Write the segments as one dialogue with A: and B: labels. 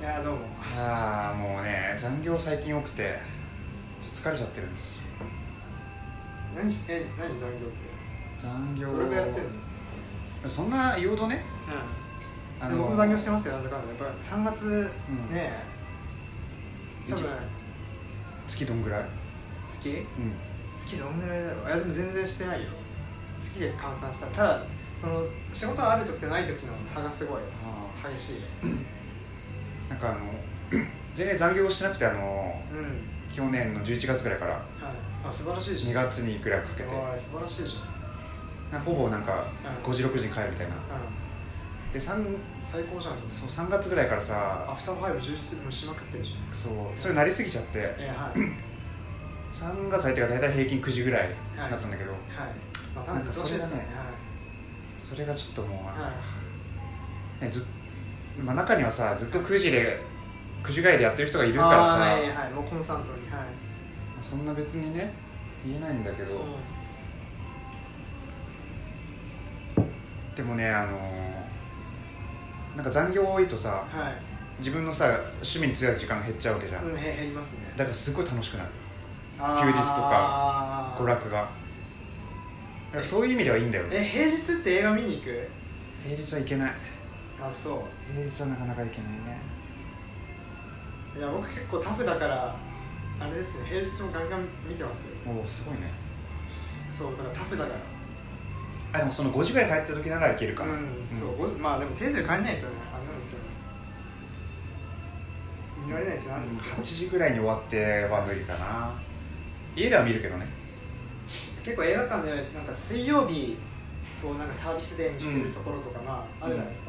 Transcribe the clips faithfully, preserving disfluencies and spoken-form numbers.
A: やどうも。
B: ああもうね残業最近多くてちょっと疲れちゃってるんですよ。
A: 何しえ何残業って。
B: 残業
A: どれくらいやってんの。
B: そんな言うとね、
A: うん、あの僕も残業してますよ。なんだかんだやっぱさんがつ、うん、ねえ多分
B: 月どんぐらい。
A: 月、うん、月どんぐらいだろう。いやでも全然してないよ。月で換算したらただその仕事ある時とない時の差がすごい激しい。
B: なんかあの全然残業してなくてあの、
A: うん、
B: 去年のじゅういちがつぐらいから、はい、
A: あ素晴らしいじゃん。
B: にがつにいくらいかけて
A: 素晴らしいじゃん。
B: ほぼなんかごじろくじに帰るみたいな、うん、で最
A: 高じゃん。
B: そうさんがつぐらいからさ
A: アフターファイブ充実もしまくってるじゃん。
B: そうそれなりすぎちゃって、
A: えーはい、
B: さんがつ入ってから大体平均くじぐらいだったんだけど、はい
A: はいまあ、
B: なんかそれがね、はい、それがちょっともうなんか、はいね、ずまあ、中にはさずっとくじでくじがいでやってる人がいるからさ、
A: はいはい、もうコンスタントに、はい、
B: そんな別にね言えないんだけど、うん、でもねあのなんか残業多いとさ、はい、自分のさ趣味に費やす時間が減っちゃうわけじゃん、うん、
A: 減りますね。
B: だからすごい楽しくなる休日とか娯楽が。だからそういう意味ではいいんだよ。
A: え平日って映画見に行く。
B: 平日は行けない。
A: あそう
B: 平日はなかなか行けないね。
A: いや僕結構タフだからあれですね。平日もガンガン見てますよ。
B: おおすごいね。
A: そうだからタフだから。
B: あでもそのごじぐらい帰った時なら行けるかな。
A: うん、うん、そうまあでも定時で帰んないとねあれなんですけど見られないってなるんですけど、
B: はちじぐらいに終わっては無理かな。家では見るけどね。
A: 結構映画館でなんか水曜日をなんかサービスデーにしてるところとかまああるじゃないですか、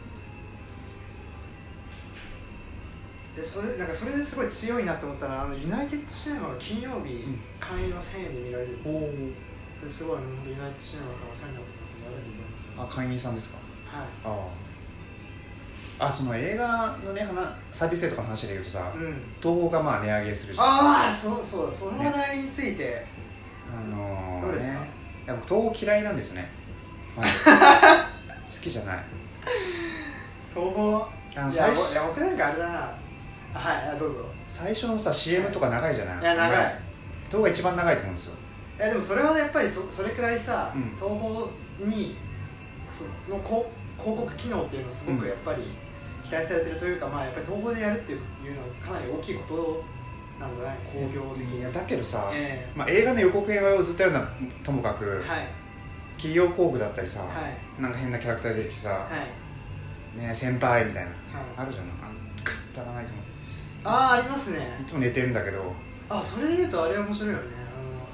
A: うん、でそれなんかそれですごい強いなと思ったらあのユナイテッドシネマが金曜日会員はせんえんで見られる、うん、ですごいユナイテッドシネマさんお世話になってますのでありがとうございます。
B: あ会員さんですか。
A: はい。
B: ああその映画のねサービスデーとかの話で言うとさ、うん、東宝がまあ値上げするじゃん。
A: ああそうそうその話題について、ね、
B: あのー、
A: どうですか。
B: ね、いや僕東宝嫌いなんですね、まあ、好きじゃない
A: 東宝。あの最初いや僕なんかあれだな。はいどうぞ。
B: 最初のさ シーエム とか長いじゃない。
A: いや長い。
B: 東宝が一番長いと思うんですよ。
A: いやでもそれはやっぱり そ, それくらいさ、うん、東宝にその広告機能っていうのすごくやっぱり期待されてるというか、うん、まあやっぱり東宝でやるっていうのはかなり大きいことなんじゃない興行的に。
B: いやだけどさ、
A: えー
B: まあ、映画の予告編をずっとやるのはともかく、はい、企業広告だったりさ、はい、なんか変なキャラクター出てきてさ、はいね、先輩みたいな、はい、あるじゃん。あくったらないと思う。
A: ああありますね。
B: いつも寝てるんだけど。
A: あそれで言うとあれ面白いよね。あの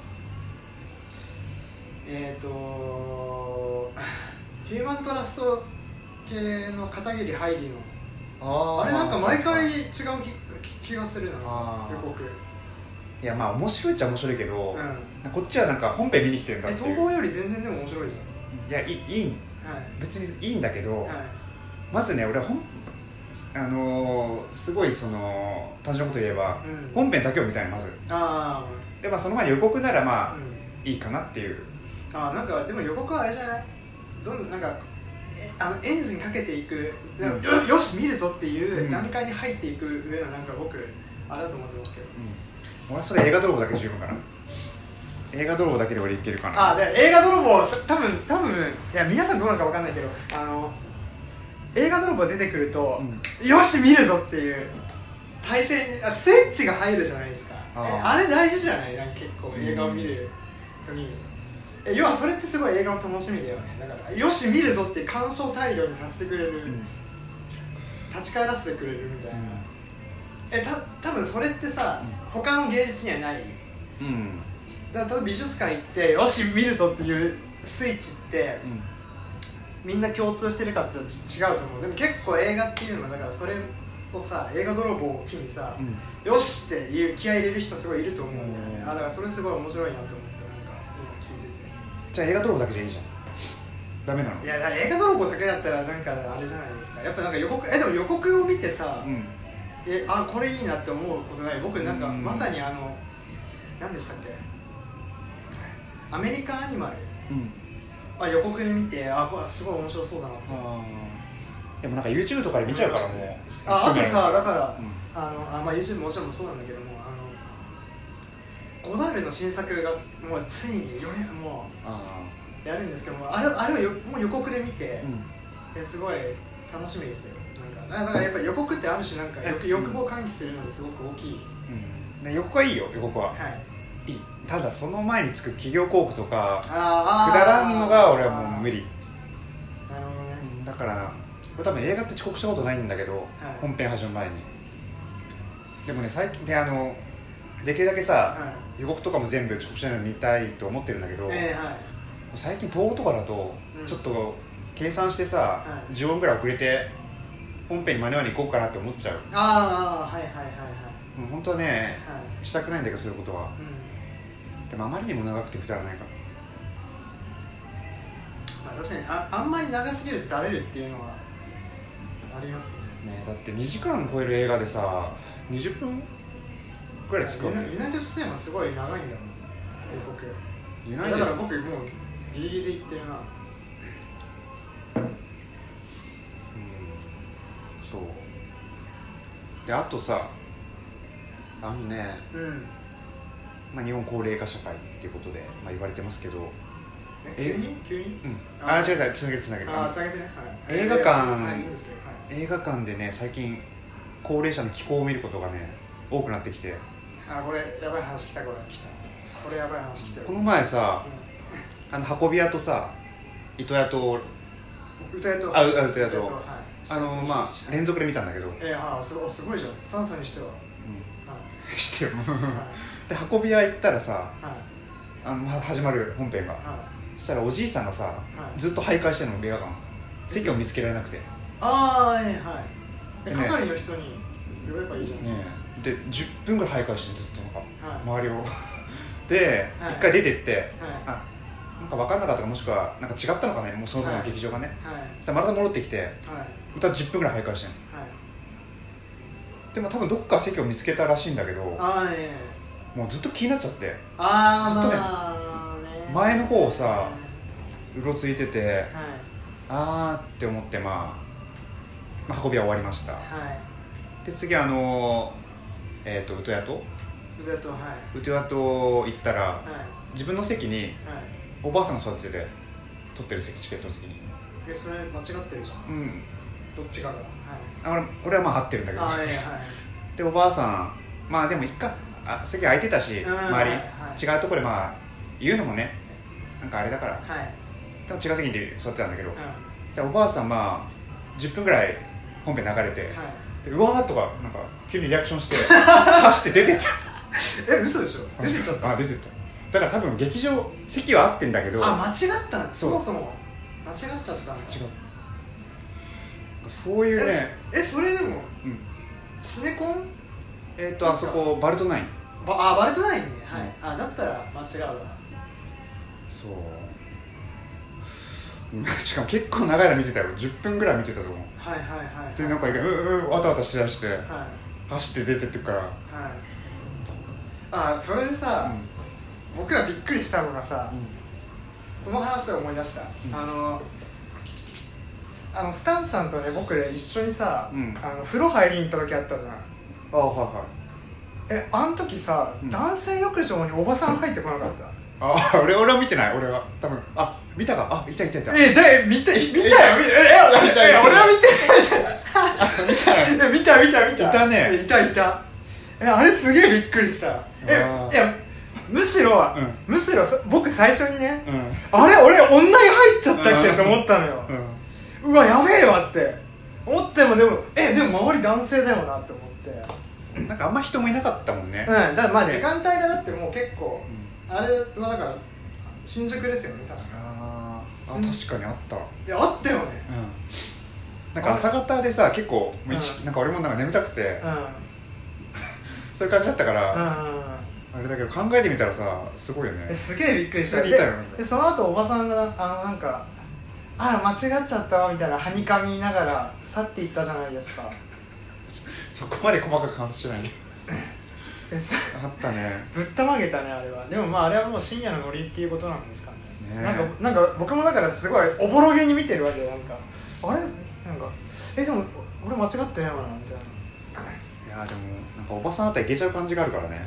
A: えっ、ー、とヒューマントラスト系の片桐はいりの あ, あれなんか毎回違う 気, 気がするな予告。
B: いやまあ面白いっちゃ面白いけど、うん、こっちはなんか本編見に来てるんだっていう。
A: 東宝より全然でも面白いじ
B: ゃん。いやいい、いい、はい、別にいいんだけど、はい、まずね俺は本あのー、すごいその単純なこと言えば、うん、本編だけを見たいまず。あでまあその前に予告ならまあ、うん、いいかなっていう。
A: あなんかでも予告はあれじゃない。どんどんなんかあのエンジンかけていく、うん、よ, よし見るぞっていう段階に入っていく上のなんか僕あれだと思ってますけど、
B: うん、俺はそれ映画泥棒だけで十分かな。映画泥棒だけで俺いけるかな。
A: あで映画泥棒多分多分いや皆さんどうなのか分かんないけどあの映画泥棒出てくると、うん、よし見るぞっていう体勢にあスイッチが入るじゃないですか。 あ, あれ大事じゃない。なんか結構映画を見る時に、うん、要はそれってすごい映画の楽しみだよね。だからよし見るぞって鑑賞大量にさせてくれる、うん、立ち返らせてくれるみたいな、うん、えた多分それってさ、うん、他の芸術にはない、うん、だから美術館行ってよし見るぞっていうスイッチって、うんみんな共通してるかって違うと思う。でも結構映画っていうのはだからそれをさ映画泥棒を機にさ、うん、よしっていう気合い入れる人すごいいると思うんだよね、うん、あだからそれすごい面白いなと思ってなんか今聞いてて。
B: じゃあ映画泥棒だけじゃいいじゃん。ダメなの。
A: いやだから映画泥棒だけだったらなんかあれじゃないですか。やっぱなんか予告えでも予告を見てさ、うん、えあこれいいなって思うことない。僕なんかまさにあの何でしたっけアメリカンアニマル、うんあ予告で見てあこれすごい面白そうだなって
B: でもなんか YouTube とかで見ちゃうからもう
A: ああとさだから、うん、あのあ、まあ、YouTube もちろんそうなんだけどもあのゴダールの新作がもうついによねもうやるんですけどもあれあれはよもう予告で見て、うん、ですごい楽しみですよ。なんかだからやっぱり予告ってある種なんか欲欲望を喚起するのですごく大きい、
B: うん、予告はいいよ予告は、はい、いい。ただその前につく企業広告とかくだらんのが俺はもう無理。
A: なるほどね。
B: だから多分映画って遅刻したことないんだけど、はい、本編始まる前にでもね最近であのできるだけさ、はい、予告とかも全部遅刻しないの見たいと思ってるんだけど、えーはい、最近東宝とかだとちょっと計算してさ、はい、じゅうふんぐらい遅れて本編に間に合わに行こうかなって思っちゃう。
A: ああはいはいはいはい。
B: もう本当はね、はい、したくないんだけどそういうことは、うん、でもあまりにも長くてくだらないから、
A: まあ、確かに あ, あんまり長すぎるとだれるっていうのはありますね。
B: ねだってにじかん超える映画でさにじゅっぷんくらい使うの。
A: ユナイテッドシネマすごい長いんだもん予告。ユナイテッドだから僕もうギリギリで言ってるな。
B: そうであとさあのね、うんまあ、日本高齢化社会っていうことで、まあ、言われてますけど
A: え急に急に、
B: うん、ああ違う違うつなげるつなげる
A: あつなげてね、
B: はい、映画館、はい、映画館でね最近高齢者の気候を見ることがね多くなってきて
A: あこれやばい話来たこれ来たこれやばい話来た。
B: この前さ、うん、あの運び屋とさ糸屋と
A: 歌屋と
B: あ歌屋とあのまあ連続で見たんだけど
A: えー、あすごいすごいじゃんスタンスにしては、うん
B: はい、してよで運び屋行ったらさ、はい、あの始まる本編が、はい、そしたらおじいさんがさ、はい、ずっと徘徊してるの映画館席を見つけられなくて
A: ああはいはいで、ね、係の人に呼べばいいじゃん
B: ねでじゅっぷんぐらい徘徊してるずっとなんか、はい、周りをで、はい、一回出てって、はい、あなんか分かんなかったかもしくはなんか違ったのかねもうそもそもの劇場がね、はい、また戻ってきて、はい、またじゅっぷんぐらい徘徊してるの、はい、でも多分どっか席を見つけたらしいんだけどあ、えー、もうずっと気になっちゃってあずっとね、まあ、ね前の方をさうろついてて、はい、あーって思って、まあ、まあ運びは終わりました、はい、で次あのえっ、ー、とウトヤと
A: ウトヤとはい
B: ウトヤと行ったら、はい、自分の席に、はいおばあさんが座ってて取ってる席チケットの席に
A: えそれ間違ってるじゃん、うん、どっちかが、はい、
B: あ 俺, 俺はまあ合ってるんだけどあ、はいはい、でおばあさんまあでもいっかあ席空いてたし周り、はいはい、違うところでまあ言うのもねなんかあれだから、はい、でも違う席に座ってたんだけど、はい、でおばあさんまあじゅっぷんぐらい本編流れて、はい、でうわーとかなんか急にリアクションして走って出てった
A: え嘘でしょ出てっちゃった
B: あ出てっただから多分劇場席は合ってんだけど
A: あ間違ったそもそも間違っちゃったんだ違
B: うそういうね
A: ええそれでも、うん、シネコン
B: えっ、ー、とあそこバルトナイン
A: ばあバルトナインね、はい、うん、あだったら間違うわ
B: そうしかも結構長いの見てたよじゅっぷんぐらい見てたと思う
A: はいはいはい、はい、
B: でなんかうううわたわたしだして、はい、走って出てってくからはい
A: あそれでさ、うん僕らびっくりしたのがさ、うん、その話で思い出した、うん、あのあのスタンさんとね僕ら一緒にさ、うん、あの風呂入りに行った時あったじゃん
B: あはいはい
A: えあの時さ、うん、男性浴場におばさん入ってこなかった
B: あ俺俺は見てない俺は多分あ見たかあいたいたいた
A: えだ見た見たよ見たよえ俺は見てない見た見た見た
B: いたね
A: いたいたえあれすげえびっくりしたえいやむしろ、うん、むしろ僕最初にね、うん、あれ俺女に入っちゃったっけと思ったのよ、うん、うわやべえわって思ってもでもえでも周り男性だよなって思って
B: なんかあんま人もいなかったもんね
A: うんだからまあ時間帯がだってもう結構、うん、あれはだから新宿ですよね確か
B: ああ確かにあったい
A: やあったよね、
B: うん、なんか朝方でさ結構、うん、なんか俺もなんか眠たくて、うん、そういう感じだったから、うんあれだけど考えてみたらさすごいよね
A: えすげえびっくりした普通にいたよねでその後おばさんがあのなんかあら間違っちゃったわみたいなはにかみながら去っていったじゃないですか
B: そこまで細かく観察してないあったね
A: ぶったまげたねあれはでもまああれはもう深夜のノリっていうことなんですかねねなんかなんか僕もだからすごいおぼろげに見てるわけよなんかあれなんかえでも俺間違ってないかなみたいな。
B: いやでもなんかおばさんだったらいけちゃう感じがあるからね。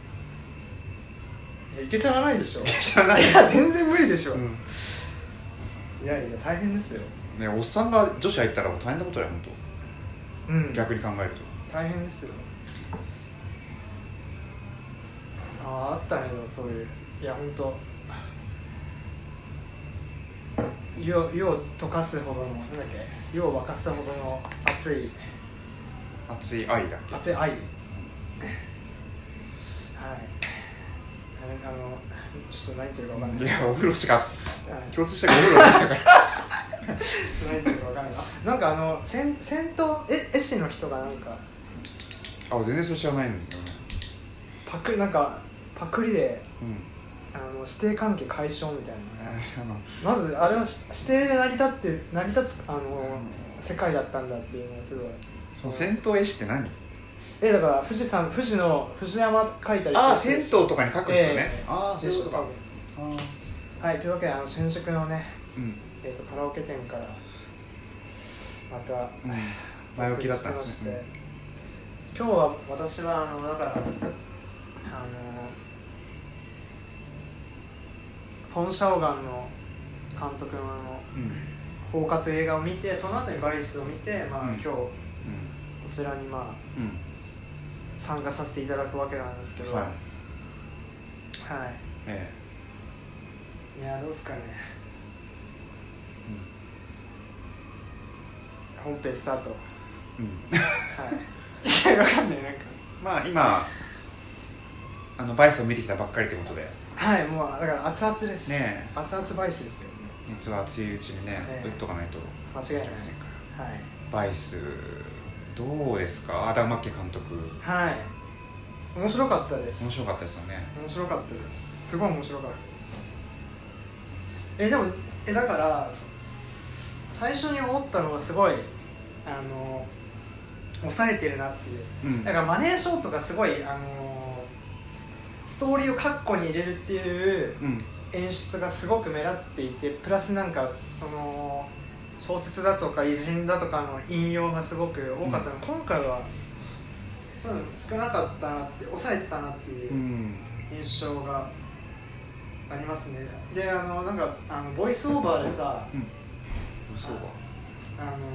A: いやいけちゃわないでしょ。い
B: けちゃわない。
A: いや全然無理でしょ、
B: うん、
A: いやいや大変ですよ
B: ね。おっさんが女子入ったら大変なことだよ本当、うん、逆に考えると
A: 大変ですよ。あああったねでもそういう、いや本当湯を湯を溶かすほどのなんだっけ、湯を沸かすほどの熱い
B: 熱い愛だっけ、
A: 熱い愛はい、あのちょっと何言ってるか分かんない。
B: いやお風呂しか、はい、共通したからお風呂だから
A: 何言ってるか分かんない。なんかあの戦戦闘絵絵師の人がなんか
B: あ全然それ知らないんだよね。
A: パクリなんかパクリで、
B: うん、
A: あの師弟関係解消みたいな、
B: あの
A: まずあれは師弟で成り立って成り立つあの、うん、世界だったんだっていうのがすごい。
B: その戦闘絵師って何？
A: えだから富士山富士の藤山描いたり
B: ああ銭湯とかに描く人ね、
A: えー、
B: ああそういうことか。
A: はいというわけであの新宿のね、
B: うん
A: えー、とカラオケ店からまた、
B: うん、前置きだったんですね、
A: うん、今日は私はあのだからあのフォン・シャオガンの監督のあの、うん、放火という映画を見てその後にバイスを見て、まあ、うん、今日、うん、こちらにまあ、うん、参加させていただくわけなんですけど、はい、はい、ええ、いやどうですかね、うん、本編スタート、うん、はいいやわかんないなんか
B: まあ今あのバイスを見てきたばっかりってことで、
A: はいもうだから熱々です
B: ね、
A: 熱々バイスですよ。
B: 熱は熱いうちにね、えー、打っとかないと
A: 間違いないですね。はい。
B: バイスどうですか、アダム・マッケ監督。
A: はい。面白かったです。
B: 面白かったですよね。
A: 面白かったです。すごい面白かったです。えでもえだから最初に思ったのはすごいあの抑えてるなっていう。うん、だからマネーションとかすごいあのストーリーをカッコに入れるっていう。うん、演出がすごく目立っていて、プラスなんかその小説だとか偉人だとかの引用がすごく多かったの、うん、今回はそういうの少なかったなって抑えてたなっていう印象がありますね。であのなんかあのボイスオーバーでさ、うん、ボイスオーバーあの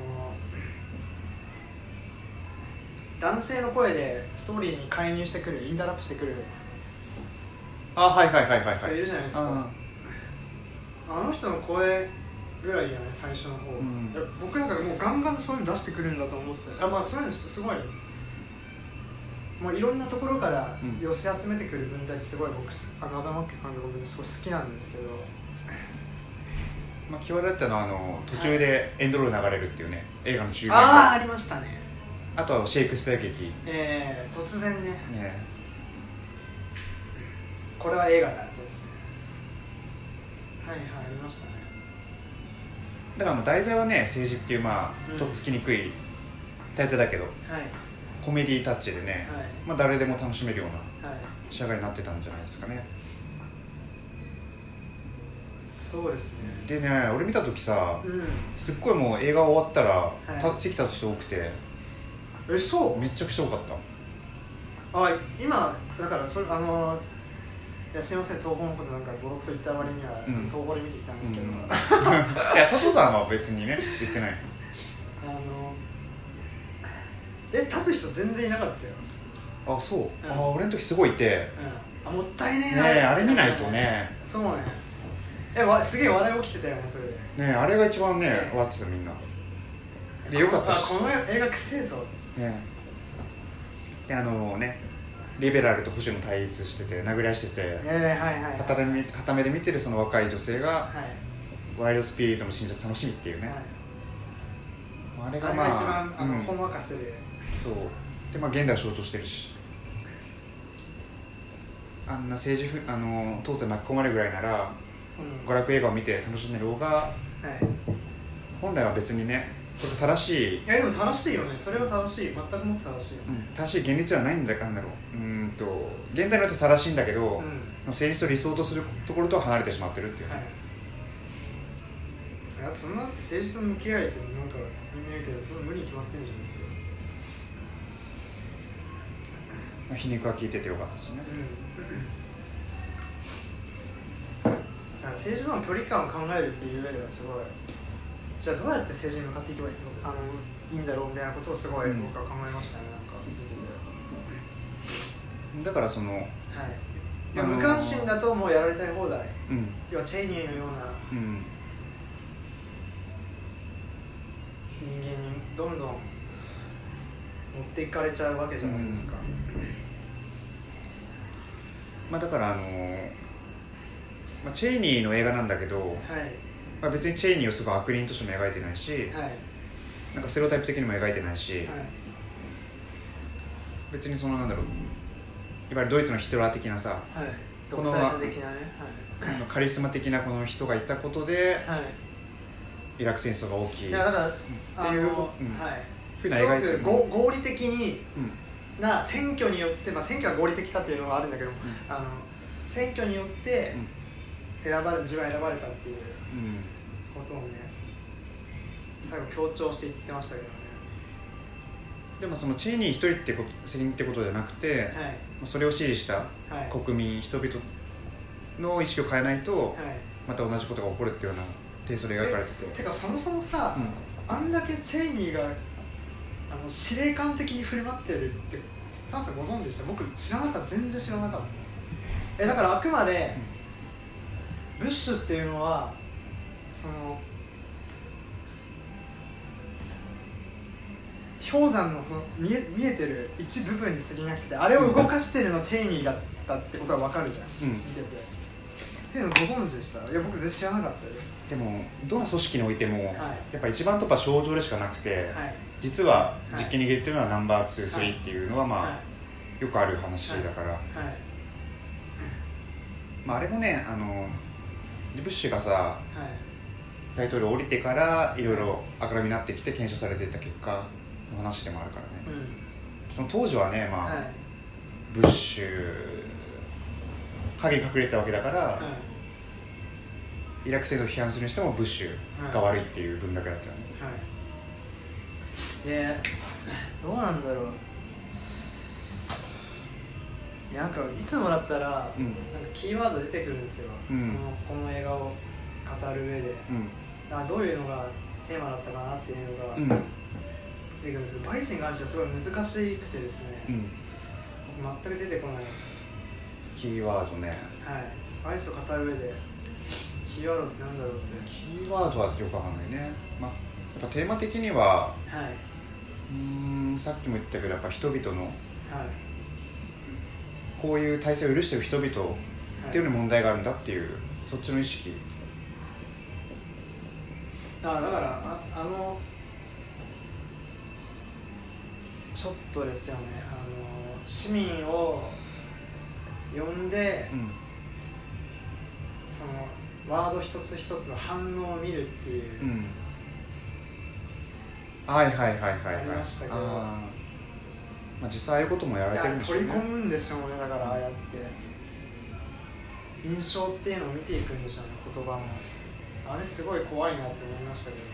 A: 男性の声でストーリーに介入してくるインタラプしてくる
B: あはいはいはいはいはい
A: そういるじゃないですか。 あ, あの人の声ぐらいじゃない最初の方、うん、いや僕なんかもうガンガンそういうの出してくるんだと思ってた。あまあそういうのすごいもういろんなところから寄せ集めてくる文体ってすごい僕あのアダム・マッケ監督のすごい好きなんですけど、
B: まあ際立ったのはあの途中でエンドロール流れるっていうね、映画の中
A: 盤ああありましたね。
B: あとはシェイクスピア劇、
A: えー、突然ね
B: ね
A: これは映画だってですね。はいはいありましたね。
B: だからもう題材はね政治っていうまあ、うん、とっつきにくい題材だけど、はい、コメディタッチでね、はい、まあ誰でも楽しめるような仕上がりになってたんじゃないですかね。
A: そうですね。
B: でね俺見た時さ、うん、すっごいもう映画終わったら、はい、席立つ人多くて
A: えそう
B: めちゃくちゃ多かった。
A: あ今だからそれあのいやすいません東宝のことなんかごろくそ言った割には、うん、東宝で見てきたんですけど、うん、い
B: や佐藤さんは別にね言ってない。
A: あのえ立つ人全然いなかったよ。
B: あそう、うん、あ俺の時すごいいて、
A: うん、あもったいねえな
B: ねえあれ見ないとね。
A: そうねえわすげえ笑い起きてたよねそれで
B: ねえあれが一番ね笑ってたみんなでよかったし
A: この映画くせえぞ
B: ねえあのねリベラルと保守の対立してて殴り合いしてて、
A: えーはいはいはい、
B: はたで見はた目で見てるその若い女性が、はい、ワイルドスピリットの新作楽しみっていうね、はい、あれがまあ
A: あれが一番あの、うん、ほんわかする。
B: そうでまあ現代を象徴してるしあんな政治あの当選巻き込まれるぐらいなら、うん、娯楽映画を見て楽しんでる方が、はい、本来は別にねこれ正しい
A: いやでも正しいよねそれは正しい全くもって正しいよ、ね
B: うん、正しい現実はないんだなんだろううんと現代のよって正しいんだけど、うん、政治と理想とするところとは離れてしまってるっていうね、
A: はい、いやそんな政治と向き合えてなんかみんな言うけどその無理に決まってんじゃん
B: って皮肉は聞いててよかったですね、
A: うん、だから政治との距離感を考えるっていう上ではすごいじゃあどうやって政治に向かっていけばいいのあのいいんだろうみたいなことをすごい僕は考えましたね、なんか見て
B: てだからその、はい、
A: いや無関心だともうやられたい放題、
B: うん、
A: 要はチェイニーのような人間にどんどん持っていかれちゃうわけじゃないですか、うん
B: まあ、だからあの、まあ、チェイニーの映画なんだけど、はいまあ、別にチェイニーをすごい悪人としても描いてないし、はい、なんかステレオタイプ的にも描いてないし、はい、別にそのなんだろういわゆるドイツのヒトラー的なさ、はい、この、ねはい、カリスマ的なこの人がいたことで、はい、イラク戦争が起きいやだからっていう、うんはい、ふうな描いてる
A: すごく合理的に、うんな選挙によって、まあ、選挙は合理的かっていうのはあるんだけど、うん、あの選挙によって選ばれ自分は選ばれたっていうことをね最後強調して言ってましたけどね。
B: でもそのチェイニー一人ってこと責任ってことじゃなくて、はい、それを支持した国民、はい、人々の意識を変えないと、はい、また同じことが起こるっていうようなテイストで描かれてて
A: てかそもそもさ、うん、あんだけチェイニーがあの司令官的に振る舞ってるってスタンさんご存知でした？僕知らなかった、全然知らなかった。えだからあくまでブッシュっていうのはその氷山の見え、見えてる一部分に過ぎなくて、あれを動かしてるのチェイニーだったってことは分かるじゃん、うん、見ててっていうのご存知でした？いや僕全然知らなかったです。
B: でもどの組織においても、はい、やっぱ一番トップは症状でしかなくて、はい、実は実権握ってるのはナンバーツー、スリーっていうのはまあ、はい、よくある話だから、はいはいまあ、あれもねあのブッシュがさ、はい、大統領降りてからいろいろ明るみになってきて検証されていった結果の話でもあるからね、うん、その当時はね、まあはい、ブッシュ影に隠れてたわけだから、はい、イラク戦争を批判するにしてもブッシュが悪いっていう文脈だったよね、はい
A: はい、でどうなんだろう。いやなんかいつもだったら、うん、なんかキーワード出てくるんですよ、うん、そのこの映画を語る上で、うん、あどういうのがテーマだったかなっていうのが、うん、出てくるんですけど、バイセンがある人はすごい難しくてですね、うん、僕全く出てこない
B: キーワードね。
A: はいバイセンを語る上でキーワードってなんだろうって。
B: キーワードはよくわかんないね、まあ、やっぱテーマ的には、はい、うーんさっきも言ったけどやっぱ人々の、はいこういう体制を許している人々っていうのに問題があるんだっていう、はい、そっちの意識。
A: あだから あ, あのちょっとですよねあの市民を呼んで、うん、そのワード一つ一つの反応を見るっていう、うん、
B: はいはいはいはいはい
A: ありましたけど、
B: まあ、実際ああいうこともやられてるんでしょうね。
A: 取り込むんでしょうね。だからああやって印象っていうのを見ていくんでしょうね、言葉の。あれすごい怖いなって思いましたけど。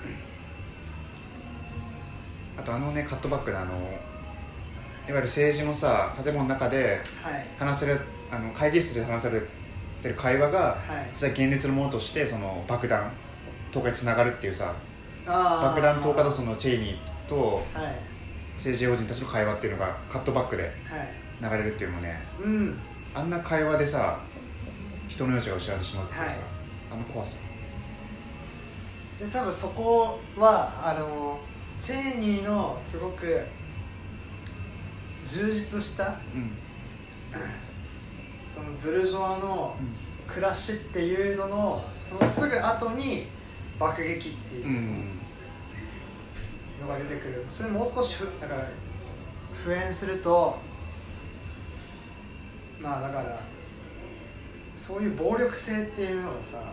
B: あとあのねカットバックであのいわゆる政治のさ建物の中で話せる、はい、あの会議室で話されてる会話が、はい、実際現実のものとしてその爆弾投下につながるっていうさ、爆弾投下とそのチェイニーと、はい政治要人たちの会話っていうのがカットバックで流れるっていうのもね、はいうん、あんな会話でさ人の命が失われてしまうってさ、はい、あの怖さ
A: で多分そこはあのチェイニーのすごく充実した、うん、そのブルジョワの暮らしっていうののそのすぐ後に爆撃っていう、うんのが出てくる。それもう少しだから復縁するとまあだからそういう暴力性っていうのがさ、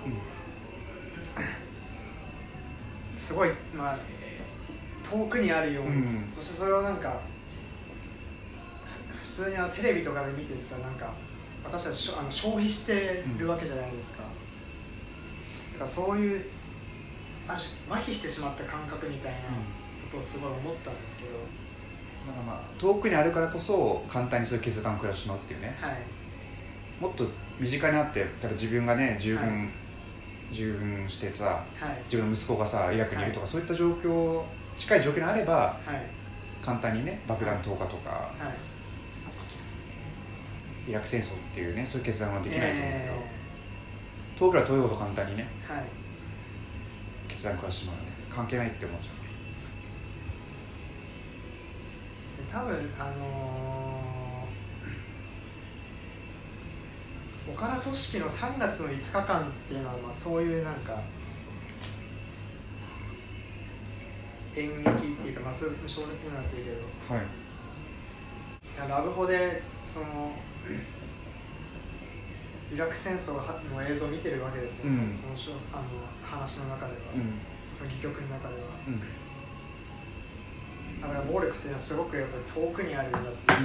A: うん、すごいまあ遠くにあるように、うん、そしてそれをなんか普通にあのテレビとかで見ててさなんか私たちあの消費してるわけじゃないですか、うん、だからそういうある種麻痺してしまった感覚みたいな、うんことをすごい思ったんですけど、
B: なんかまあ遠くにあるからこそ簡単にそういう決断を下してしまうっていうね、
A: はい、
B: もっと身近にあって、多分自分がね従軍、
A: はい、
B: 従軍してさ、
A: はい、
B: 自分の息子がさイラクにいるとか、はい、そういった状況、近い状況にあれば、はい、簡単にね爆弾投下とか、はい、イラク戦争っていうねそういう決断はできないと思うけど、えー、遠くから遠いほど簡単にね、はい、決断下してしまうよね。関係ないって思っちゃう。
A: 多分あのー、岡田敏樹のさんがつのいつかかんっていうのは、まあ、そういうなんか演劇っていうか、まあ、そういう小説になってるけど、はい、ラブホでそのイラク戦争の映像を見てるわけですよ、ね、うん、そのあの話の中では、うん、その戯曲の中では、うん、だから暴力っていうのはすごくやっぱり遠くにあるんだっていう、うん、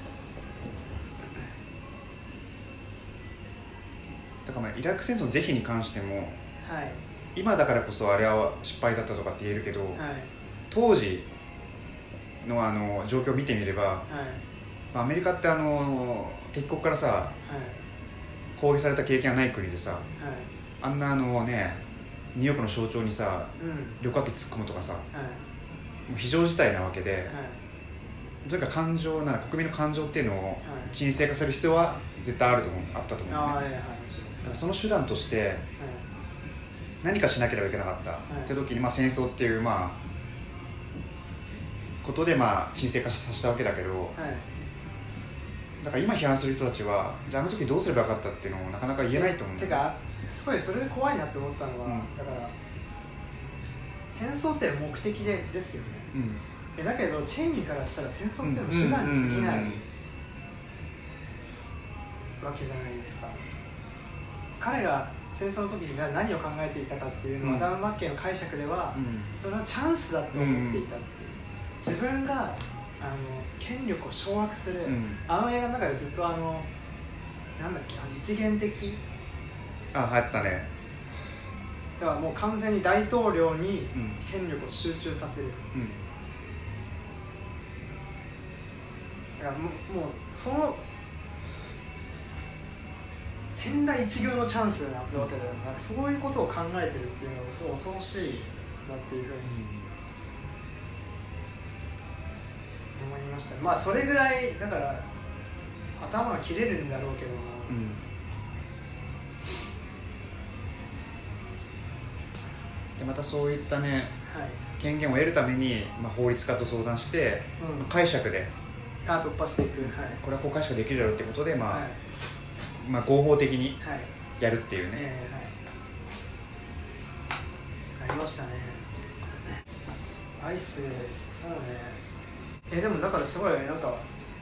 B: だからまあイラク戦争の是非に関しても、
A: はい、
B: 今だからこそあれは失敗だったとかって言えるけど、はい、当時 の, あの状況を見てみれば、はい、まあ、アメリカってあの敵国からさ、はい、攻撃された経験がない国でさ、はい、あんなあのねニューヨークの象徴にさ、うん、旅客機突っ込むとかさ、はい、もう非常事態なわけで、はい、とにかく感情なら国民の感情っていうのを沈静化する必要は絶対あると思う、あったと思うね、はいはい、だからその手段として、はい、何かしなければいけなかった、はい、って時に、まあ、戦争っていう、まあ、ことで、まあ、沈静化させたわけだけど、はい、だから今批判する人たちはじゃああの時どうすればよかったっていうのをなかなか言えないと思うんだよね。
A: てかすごいそれで怖いなって思ったのは、うん、だから戦争って目的でですよね、うん、えだけどチェイニーからしたら戦争っての手段に過ぎないわけじゃないですか。彼が戦争の時に何を考えていたかっていうのは、うん、アダム・マッケイの解釈では、うん、それはチャンスだと思っていたっていう、自分があの権力を掌握する、うん、あの映画の中でずっとあのなんだっけあの一元的
B: ああったね。
A: だからもう完全に大統領に権力を集中させる、うん、だからもう、もうその千載一遇のチャンスなわけだよ、うん、なんかそういうことを考えてるっていうのがすごい恐ろしいなっていうふうに思いましたね。まあそれぐらいだから頭が切れるんだろうけども、うん、
B: でまたそういったね、はい、権限を得るために、まあ、法律家と相談して、うん、解釈で
A: あ突破していく、はい、
B: これはこう解釈できるだろうってことで、まあはいまあ、合法的にやるっていうね、はいえ
A: ーはい、ありましたね。アイスそうねえでもだからすごいなんか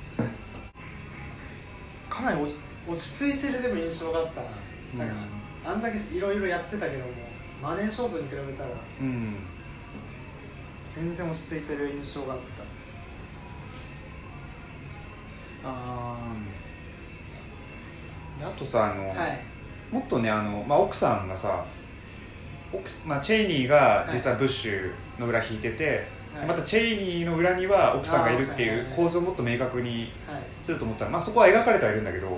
A: かなり落ち着いてるでも印象があったな、なんか、うん、あんだけいろいろやってたけどもマネーショートに比べたら、うん、全然落ち着いてる印象があった。
B: ああとさあの、はい、もっとねあの、まあ、奥さんがさ奥、まあ、チェイニーが実はブッシュの裏引いてて、はい、またチェイニーの裏には奥さんがいるっていう構図をもっと明確にすると思ったら、まあ、そこは描かれてはいるんだけど、はい、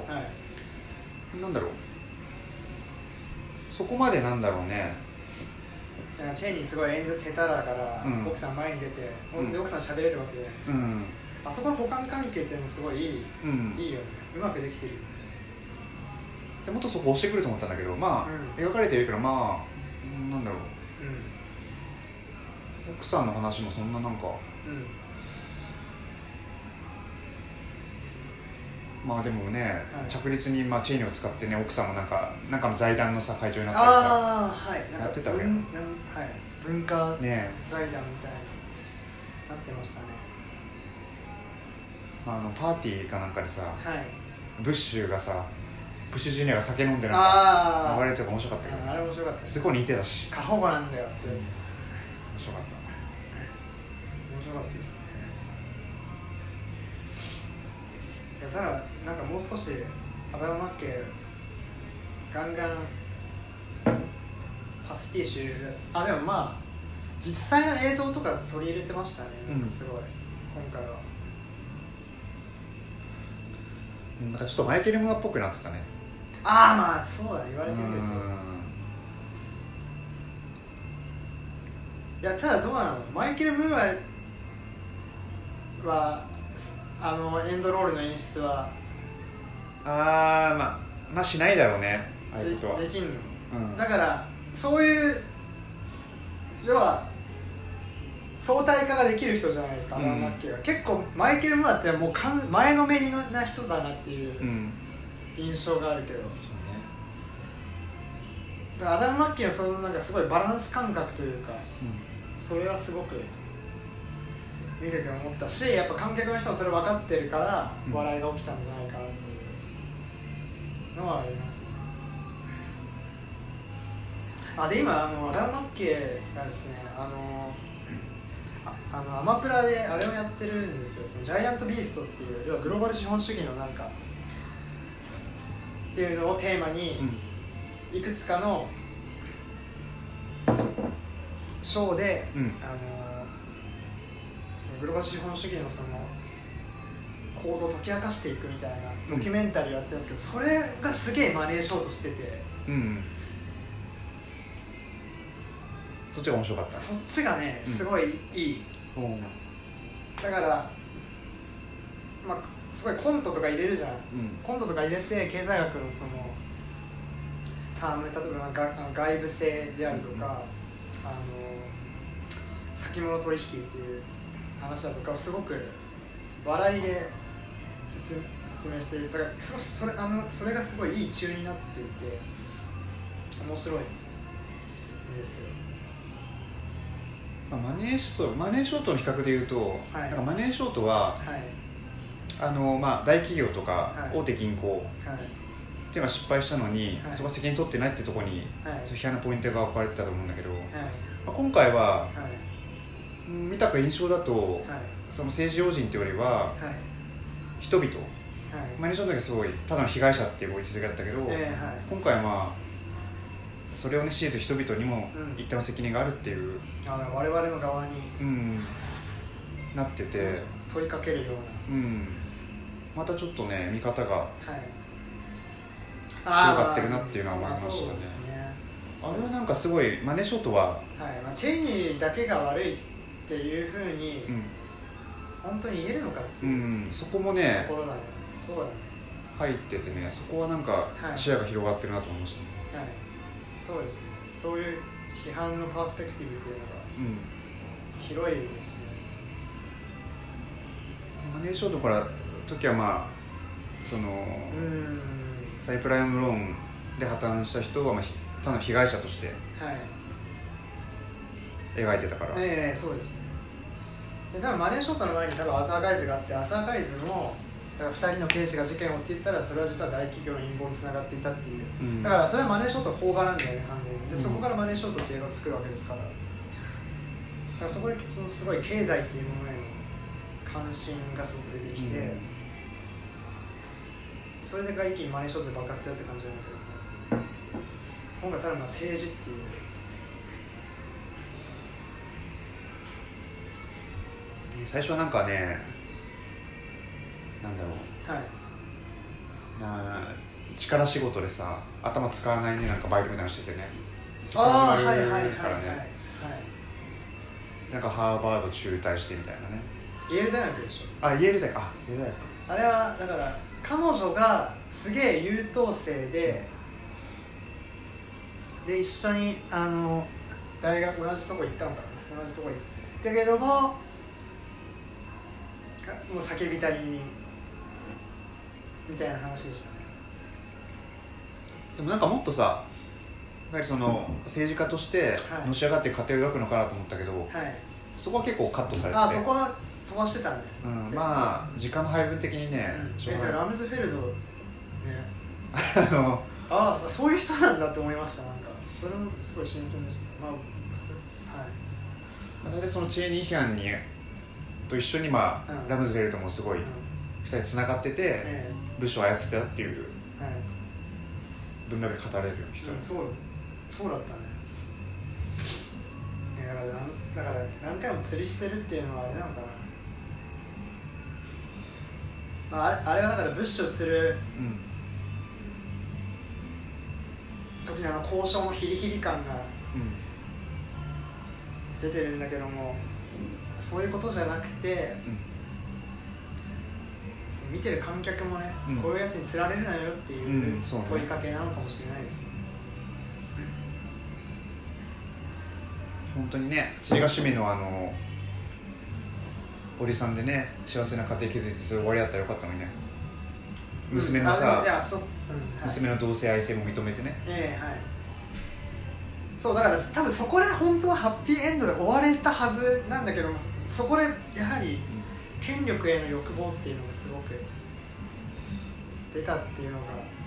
B: なんだろうそこまでなんだろうね。
A: だからチェイニーすごい演説下手だから、うん、奥さん前に出て、うん、で奥さん喋れるわけじゃないですか、うん、あそこの補完関係っていうのもすごいいい、うん、いいよね。うまくできてるよね。
B: でもっとそこ押してくると思ったんだけどまあ、うん、描かれてるからまあなんだろう、うん、奥さんの話もそんななんか、うん、まあでもね、はい、着実にまあチェイニーを使ってね奥さんもなんかなんかの財団のさ会長になったりさ
A: あ、はい、
B: やってたわけど、はい、
A: 文化財団みたいになってましたね。
B: まあ、あのパーティーかなんかでさ、はい、ブッシュがさブッシュジュニアが酒飲んでなんか暴れてるとか面白かったけど、
A: あれ面白かった、ね、
B: すごい似てたし
A: 過保護なんだよって、うん、面
B: 白かった
A: 面白かったですね。いやただなんかもう少しアダム・マッケイガンガンパスティッシュあでもまあ実際の映像とか取り入れてましたね、なんかすごい、うん、今回は
B: なんかちょっとマイケル・ムーアっぽくなってたね。
A: ああまあそうだ、言われてみると。いやただどうなの、マイケル・ムーアはあのエンドロールの演出は
B: ああまあまあしないだろうね、ああいうことは
A: で, できんの、
B: うん、
A: だからそういう要は相対化ができる人じゃないですか、アダム・マッケイは。結構マイケル・ムーアってもうかん前のめりな人だなっていう印象があるけど、うん、そうね、だからアダム・マッケイはそのなんかすごいバランス感覚というか、うん、それはすごく見てて思ったし、やっぱ観客の人もそれ分かってるから笑いが起きたんじゃないかなっていうのはありますね。あで今あのアダム・マッケイがですね、あのああのアマプラであれをやってるんですよ、そのジャイアントビーストっていう、要はグローバル資本主義のなんかっていうのをテーマに、うん、いくつかのショーで、うん、あのそのグローバル資本主義のその構造を解き明かしていくみたいなドキュメンタリーをやってるんですけど、それがすげえマネーショーとしてて、うん、
B: そっちが面白かった。
A: そっちがねすごいいい、うん、だからまあすごいコントとか入れるじゃん、うん、コントとか入れて経済学のそのターム、例えば外部性であるとか、うん、あの先物取引っていう話だとかをすごく笑いで説明、説明して、だからそそれあのそれがすごいいいチューンになっていて面白いんですよ。
B: マネーショート、マネーショートの比較でいうと、はい、なんかマネーショートは、はい、あのまあ、大企業とか大手銀行、はい、っていうのが失敗したのに、はい、そこは責任取ってないってところに、はい、批判のポイントが置かれてたと思うんだけど、はい、まあ、今回は、はい、見たか印象だと、はい、その政治要人というよりは、はい、人々、はい、マネーショートだけすごいただの被害者っていう位置づけだったけど、えーはい、今回はまあそれをね、シーズ人々にも一定の責任があるっていう、うん、
A: あ我々の側に、
B: うん、なってて、うん、
A: 問いかけるような、うん、
B: またちょっとね見方が広がってるなっていうのは思いましたね。そうですね、あれはなんかすごいマネーショートは、はい
A: まあ、チェイニーだけが悪いっていうふうに、うん、本当に言えるのかっていう、うん、
B: そこもね
A: ところだね。そうだね、
B: 入っててね、そこはなんか視野が広がってるなと思いましたね。
A: はい、はいそうですね、そういう批判のパースペクティブっていうのが広いですね、
B: うん、マネーショートから時はまあそのうんサイプライムローンで破綻した人はまあただの被害者として描いてたから、はい、
A: ええー、そうですね。で多分マネーショートの前に多分アザーガイズがあって、アザーガイズもだからふたりの刑事が事件を追っていったら、それは実は大企業の陰謀につながっていたっていう、うん、だからそれはマネーショートの邦画なんだよね、完全に。で、そこからマネーショートって映画を作るわけですから、だからそこでそのすごい経済っていうものへの関心がすごく出てきて、うん、それでが一気にマネーショートで爆発するって感じなんだけど、今回さらに政治っていう
B: 最初はなんかね、なんだろう、はい、な力仕事でさ頭使わないね、なんかバイトみたいなのしててね、そこ
A: から始まる
B: からね、なんかハーバード中退してみたいなね。
A: イェール大学でしょ。
B: あ、イェール大学、あ、イェール大学か。
A: あれはだから彼女がすげえ優等生で、で一緒にあの大学同じとこ行ったのかな、同じとこ行ったけども、もう叫びたりにみたいな話でしたね。
B: でもなんかもっとさ、やはりその政治家としてのし上がっていく過程を描くのかなと思ったけど、はい、そこは結構カットされてて、
A: あ、そこは飛ばしてたね、
B: うん、まあ時間の配分的にね、
A: うん、えラムズフェルドねあのあそそういう人なんだって思いました。なんかそれもすごい新鮮でした。まあそれ、はい、
B: まあ、大体そのチェーニー批判にと一緒に、まあうん、ラムズフェルドもすごいふたりつながってて、えー、部署を操ってたっていう文脈で語れる人、
A: うん、そうそうだったね。 だからだから何回も釣りしてるっていうのはあれなのかな、まあ、あれ、あれはだから物資を釣る時のあの交渉のヒリヒリ感が出てるんだけども、そういうことじゃなくて、うん、その見てる観客もね、うん、こういうやつに釣られるなよっていう問いかけなのかもしれないですね。
B: 本当にね、釣りが趣味のあのおりさんでね、幸せな家庭築いてそれ終わりだったらよかったのにね。娘のさ、うん、そ、うん、はい、娘の同性愛性も認めてね。
A: ええ、はい。そうだから多分そこで本当はハッピーエンドで終われたはずなんだけども、そこでやはり権力への欲望っていうのがすごく出たっていうのが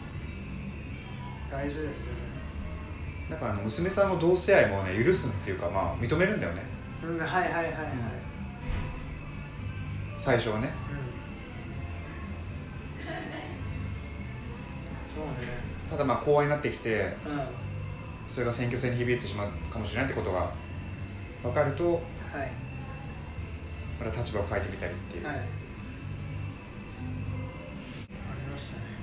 A: 大事ですよね。
B: だからあの娘さんの同性愛もね許すっていうか、まあ認めるんだよね。
A: うん、はいはいはいはい、うん、
B: 最初はね、
A: うん、そうね。
B: ただまあ公安になってきて、うん、それが選挙戦に響いてしまうかもしれないってことが分かると、はい、また立場を変えてみたりっていう、はい、ありましたね。